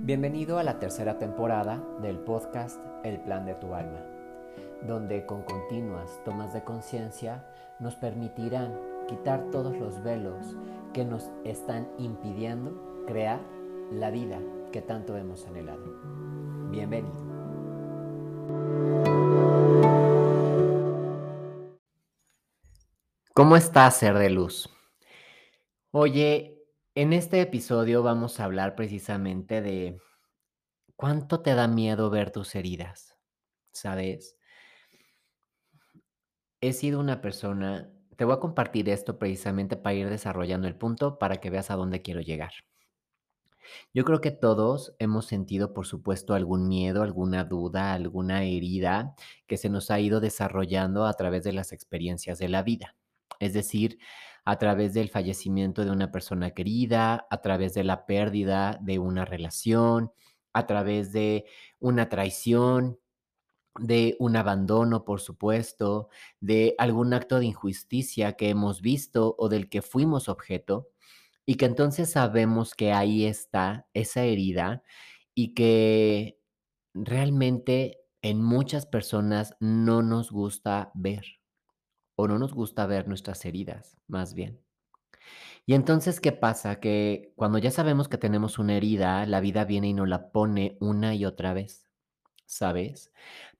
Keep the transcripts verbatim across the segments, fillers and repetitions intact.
Bienvenido a la tercera temporada del podcast El Plan de tu Alma, donde con continuas tomas de conciencia nos permitirán quitar todos los velos que nos están impidiendo crear la vida que tanto hemos anhelado. Bienvenido. ¿Cómo estás, ser de luz? Oye, en este episodio vamos a hablar precisamente de cuánto te da miedo ver tus heridas, ¿sabes? He sido una persona te voy a compartir esto precisamente para ir desarrollando el punto para que veas a dónde quiero llegar. Yo creo que todos hemos sentido, por supuesto, algún miedo, alguna duda, alguna herida que se nos ha ido desarrollando a través de las experiencias de la vida. Es decir, a través del fallecimiento de una persona querida, a través de la pérdida de una relación, a través de una traición, de un abandono, por supuesto, de algún acto de injusticia que hemos visto o del que fuimos objeto, y que entonces sabemos que ahí está esa herida y que realmente en muchas personas no nos gusta ver, o no nos gusta ver nuestras heridas, más bien. Y entonces, ¿qué pasa? Que cuando ya sabemos que tenemos una herida, la vida viene y nos la pone una y otra vez, ¿sabes?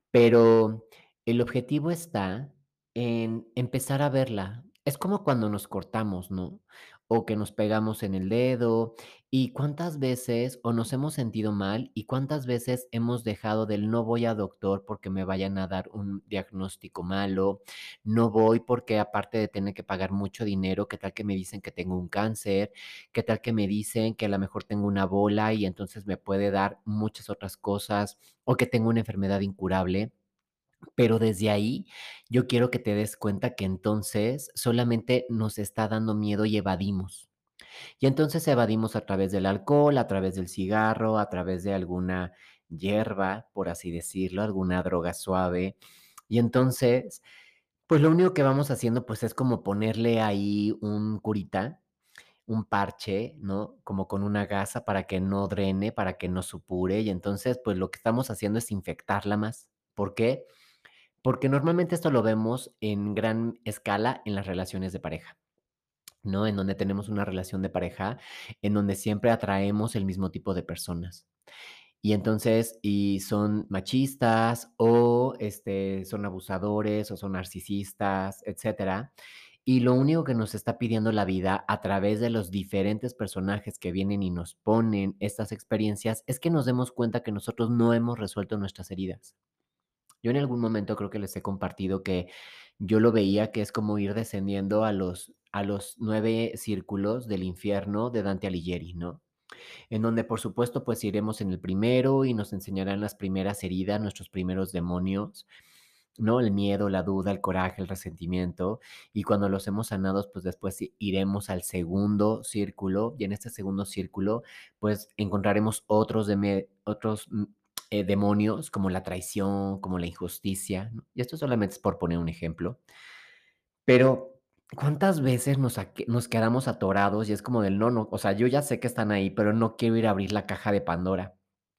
Pero el objetivo está en empezar a verla. Es como cuando nos cortamos, ¿no? O que nos pegamos en el dedo. ¿Y cuántas veces o nos hemos sentido mal y cuántas veces hemos dejado del no voy a doctor porque me vayan a dar un diagnóstico malo? No voy porque aparte de tener que pagar mucho dinero, ¿qué tal que me dicen que tengo un cáncer? ¿Qué tal que me dicen que a lo mejor tengo una bola y entonces me puede dar muchas otras cosas? O que tengo una enfermedad incurable. Pero desde ahí, yo quiero que te des cuenta que entonces solamente nos está dando miedo y evadimos. Y entonces evadimos a través del alcohol, a través del cigarro, a través de alguna hierba, por así decirlo, alguna droga suave. Y entonces, pues lo único que vamos haciendo, pues es como ponerle ahí un curita, un parche, ¿no? Como con una gasa para que no drene, para que no supure. Y entonces, pues lo que estamos haciendo es infectarla más. ¿Por qué? Porque normalmente esto lo vemos en gran escala en las relaciones de pareja, ¿no? En donde tenemos una relación de pareja, en donde siempre atraemos el mismo tipo de personas. Y entonces, y son machistas o, este, son abusadores o son narcisistas, etcétera. Y lo único que nos está pidiendo la vida a través de los diferentes personajes que vienen y nos ponen estas experiencias es que nos demos cuenta que nosotros no hemos resuelto nuestras heridas. Yo en algún momento creo que les he compartido que yo lo veía que es como ir descendiendo a los a los nueve círculos del infierno de Dante Alighieri, ¿no? En donde, por supuesto, pues iremos en el primero y nos enseñarán las primeras heridas, nuestros primeros demonios, ¿no? El miedo, la duda, el coraje, el resentimiento. Y cuando los hemos sanados, pues después i iremos al segundo círculo, y en este segundo círculo, pues encontraremos otros deme otros, mm, eh, demonios, como la traición, como la injusticia, ¿no? Y esto solamente es por poner un ejemplo. Pero, ¿cuántas veces nos saque nos quedamos atorados? Y es como del no, no, o sea, yo ya sé que están ahí, pero no quiero ir a abrir la caja de Pandora.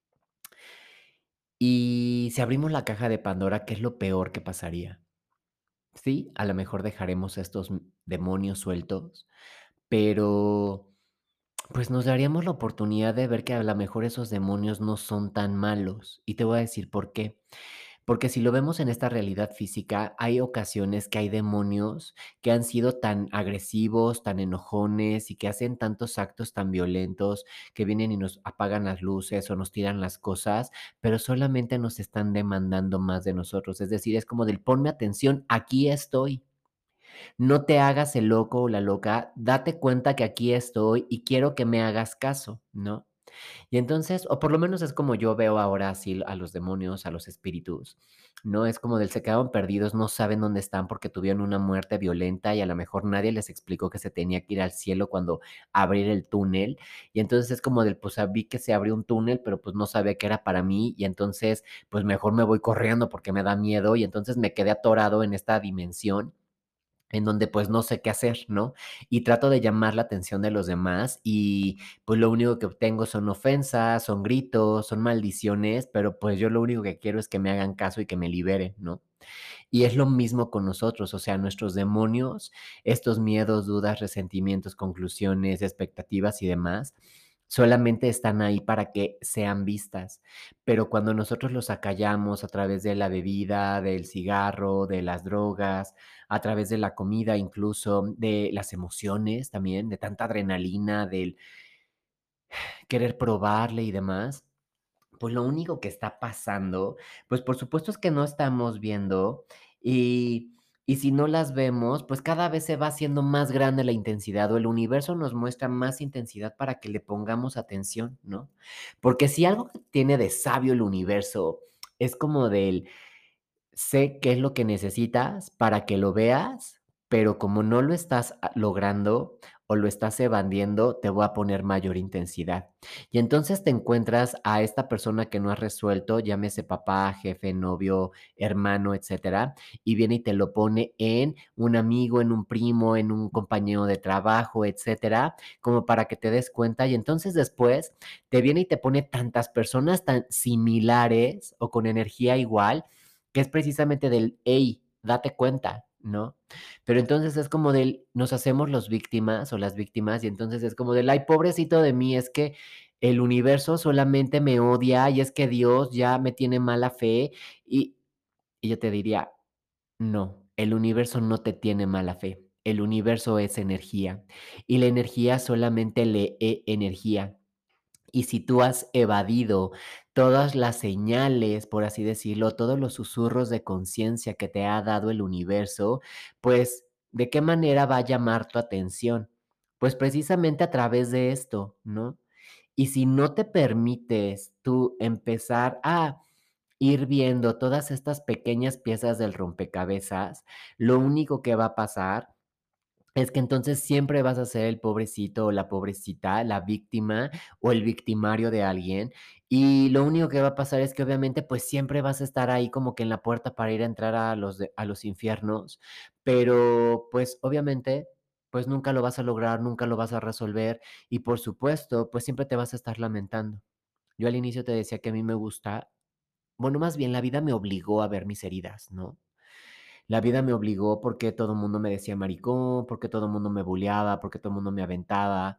Y si abrimos la caja de Pandora, ¿qué es lo peor que pasaría? Sí, a lo mejor dejaremos estos m demonios sueltos, pero, pues, nos daríamos la oportunidad de ver que a la mejor esos demonios no son tan malos, y te voy a decir por qué. Porque si lo vemos en esta realidad física, hay ocasiones que hay demonios que han sido tan agresivos, tan enojones y que hacen tantos actos tan violentos, que vienen y nos apagan las luces o nos tiran las cosas, pero solamente nos están demandando más de nosotros. Es decir, es como del ponme atención, aquí estoy. No te hagas el loco o la loca, date cuenta que aquí estoy y quiero que me hagas caso, ¿no? Y entonces, o por lo menos es como yo veo ahora así a los demonios, a los espíritus, ¿no? Es como del se quedaron perdidos, no saben dónde están porque tuvieron una muerte violenta y a lo mejor nadie les explicó que se tenía que ir al cielo cuando abrir el túnel. Y entonces es como del, pues ah, vi que se abrió un túnel, pero pues no sabía que era para mí y entonces pues mejor me voy corriendo porque me da miedo y entonces me quedé atorado en esta dimensión en donde, pues, no sé qué hacer, ¿no? Y trato de llamar la atención de los demás y, pues, lo único que obtengo son ofensas, son gritos, son maldiciones, pero, pues, yo lo único que quiero es que me hagan caso y que me liberen, ¿no? Y es lo mismo con nosotros, o sea, nuestros demonios, estos miedos, dudas, resentimientos, conclusiones, expectativas y demás, solamente están ahí para que sean vistas. Pero cuando nosotros los acallamos a través de la bebida, del cigarro, de las drogas, a través de la comida, incluso de las emociones también, de tanta adrenalina, del querer probarle y demás, pues lo único que está pasando, pues por supuesto es que no estamos viendo y y si no las vemos, pues cada vez se va haciendo más grande la intensidad o el universo nos muestra más intensidad para que le pongamos atención, ¿no? Porque si algo que tiene de sabio el universo es como del sé qué es lo que necesitas para que lo veas, pero como no lo estás ah, logrando o lo estás evadiendo, te voy a poner mayor intensidad. Y entonces te encuentras a esta persona que no has resuelto, llámese papá, jefe, novio, hermano, etcétera, y viene y te lo pone en un amigo, en un primo, en un compañero de trabajo, etcétera, como para que te des cuenta. Y entonces después te viene y te pone tantas personas tan similares o con energía igual que es precisamente del: "Hey, date cuenta", ¿no? Pero entonces es como del nos hacemos los víctimas o las víctimas, y entonces es como del: "Ay, pobrecito de mí, es que el universo solamente me odia, y es que Dios ya me tiene mala fe", y y yo te diría: "No, el universo no te tiene mala fe, el universo es energía, y la energía solamente lee energía". Y si tú has evadido todas las señales, por así decirlo, todos los susurros de conciencia que te ha dado el universo, pues, ¿de qué manera va a llamar tu atención? Pues, precisamente a través de esto, ¿no? Y si no te permites tú empezar a ir viendo todas estas pequeñas piezas del rompecabezas, lo único que va a pasar es que entonces siempre vas a ser el pobrecito o la pobrecita, la víctima o el victimario de alguien, y lo único que va a pasar es que obviamente, pues, siempre vas a estar ahí como que en la puerta para ir a entrar a los de a los infiernos, pero, pues, obviamente, pues, nunca lo vas a lograr, nunca lo vas a resolver y, por supuesto, pues, siempre te vas a estar lamentando. Yo al inicio te decía que a mí me gusta bueno, más bien la vida me obligó a ver mis heridas, ¿no? La vida me obligó porque todo el mundo me decía maricón, porque todo el mundo me bulleaba, porque todo el mundo me aventaba,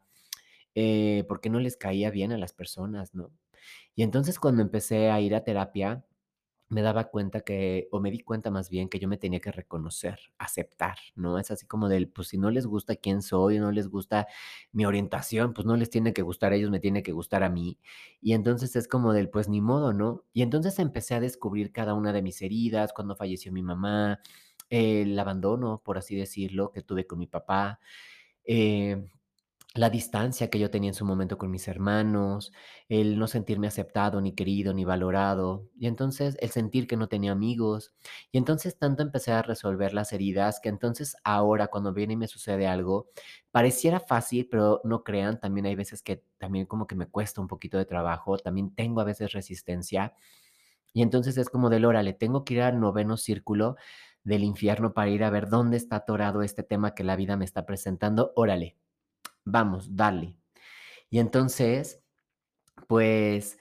eh, porque no les caía bien a las personas, ¿no? Y entonces cuando empecé a ir a terapia, me daba cuenta que, o me di cuenta más bien que yo me tenía que reconocer, aceptar, ¿no? Es así como del, pues si no les gusta quién soy, no les gusta mi orientación, pues no les tiene que gustar a ellos, me tiene que gustar a mí. Y entonces es como del, pues ni modo, ¿no? Y entonces empecé a descubrir cada una de mis heridas, cuando falleció mi mamá, el abandono, por así decirlo, que tuve con mi papá, eh, la distancia que yo tenía en su momento con mis hermanos, el no sentirme aceptado, ni querido, ni valorado, y entonces el sentir que no tenía amigos. Y entonces tanto empecé a resolver las heridas que entonces ahora cuando viene y me sucede algo, pareciera fácil, pero no crean, también hay veces que también como que me cuesta un poquito de trabajo, también tengo a veces resistencia. Y entonces es como del órale, tengo que ir al noveno círculo del infierno para ir a ver dónde está atorado este tema que la vida me está presentando. Órale, vamos, dale. Y entonces, pues,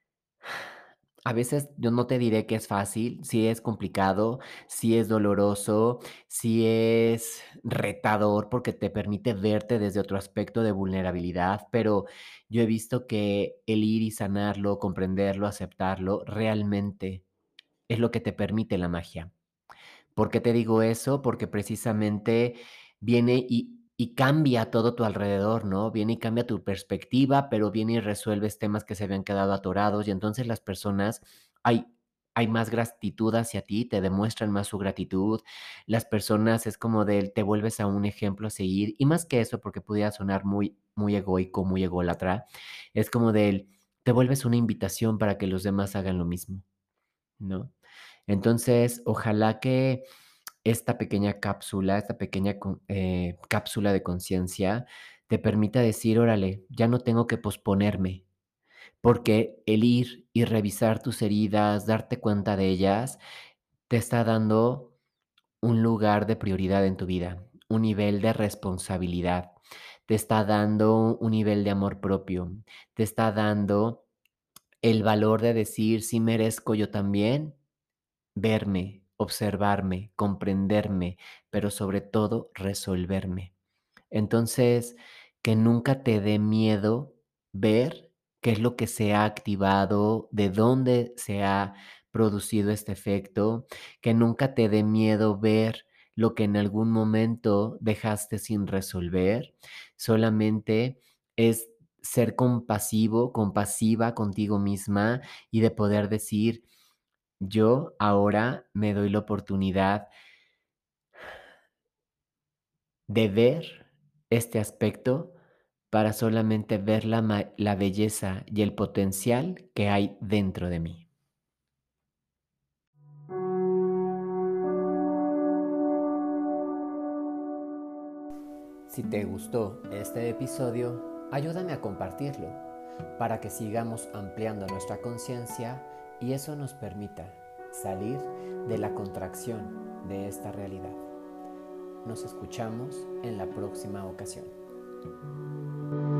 a veces yo no te diré que es fácil, sí es complicado, sí es doloroso, sí es retador porque te permite verte desde otro aspecto de vulnerabilidad, pero yo he visto que el ir y sanarlo, comprenderlo, aceptarlo, realmente es lo que te permite la magia. ¿Por qué te digo eso? Porque precisamente viene y y cambia todo tu alrededor, ¿no? Viene y cambia tu perspectiva, pero viene y resuelves temas que se habían quedado atorados, y entonces las personas hay hay más gratitud hacia ti, te demuestran más su gratitud. Las personas es como del te vuelves a un ejemplo a seguir, y más que eso, porque pudiera sonar muy muy egoico, muy ególatra, es como del te vuelves una invitación para que los demás hagan lo mismo, ¿no? Entonces, ojalá que esta pequeña cápsula, esta pequeña con eh, cápsula de conciencia te permita decir: "Órale, ya no tengo que posponerme", porque el ir y revisar tus heridas, darte cuenta de ellas, te está dando un lugar de prioridad en tu vida. un nivel de responsabilidad, te está dando un nivel de amor propio, te está dando el valor de decir: "Sí merezco yo también verme, observarme, comprenderme, pero sobre todo resolverme". Entonces, que nunca te dé miedo ver qué es lo que se ha activado, de dónde se ha producido este efecto, que nunca te dé miedo ver lo que en algún momento dejaste sin resolver, solamente es ser compasivo, compasiva contigo misma y de poder decir: "Yo ahora me doy la oportunidad de ver este aspecto para solamente ver la ma la belleza y el potencial que hay dentro de mí". Si te gustó este episodio, ayúdame a compartirlo para que sigamos ampliando nuestra conciencia y eso nos permita salir de la contracción de esta realidad. Nos escuchamos en la próxima ocasión.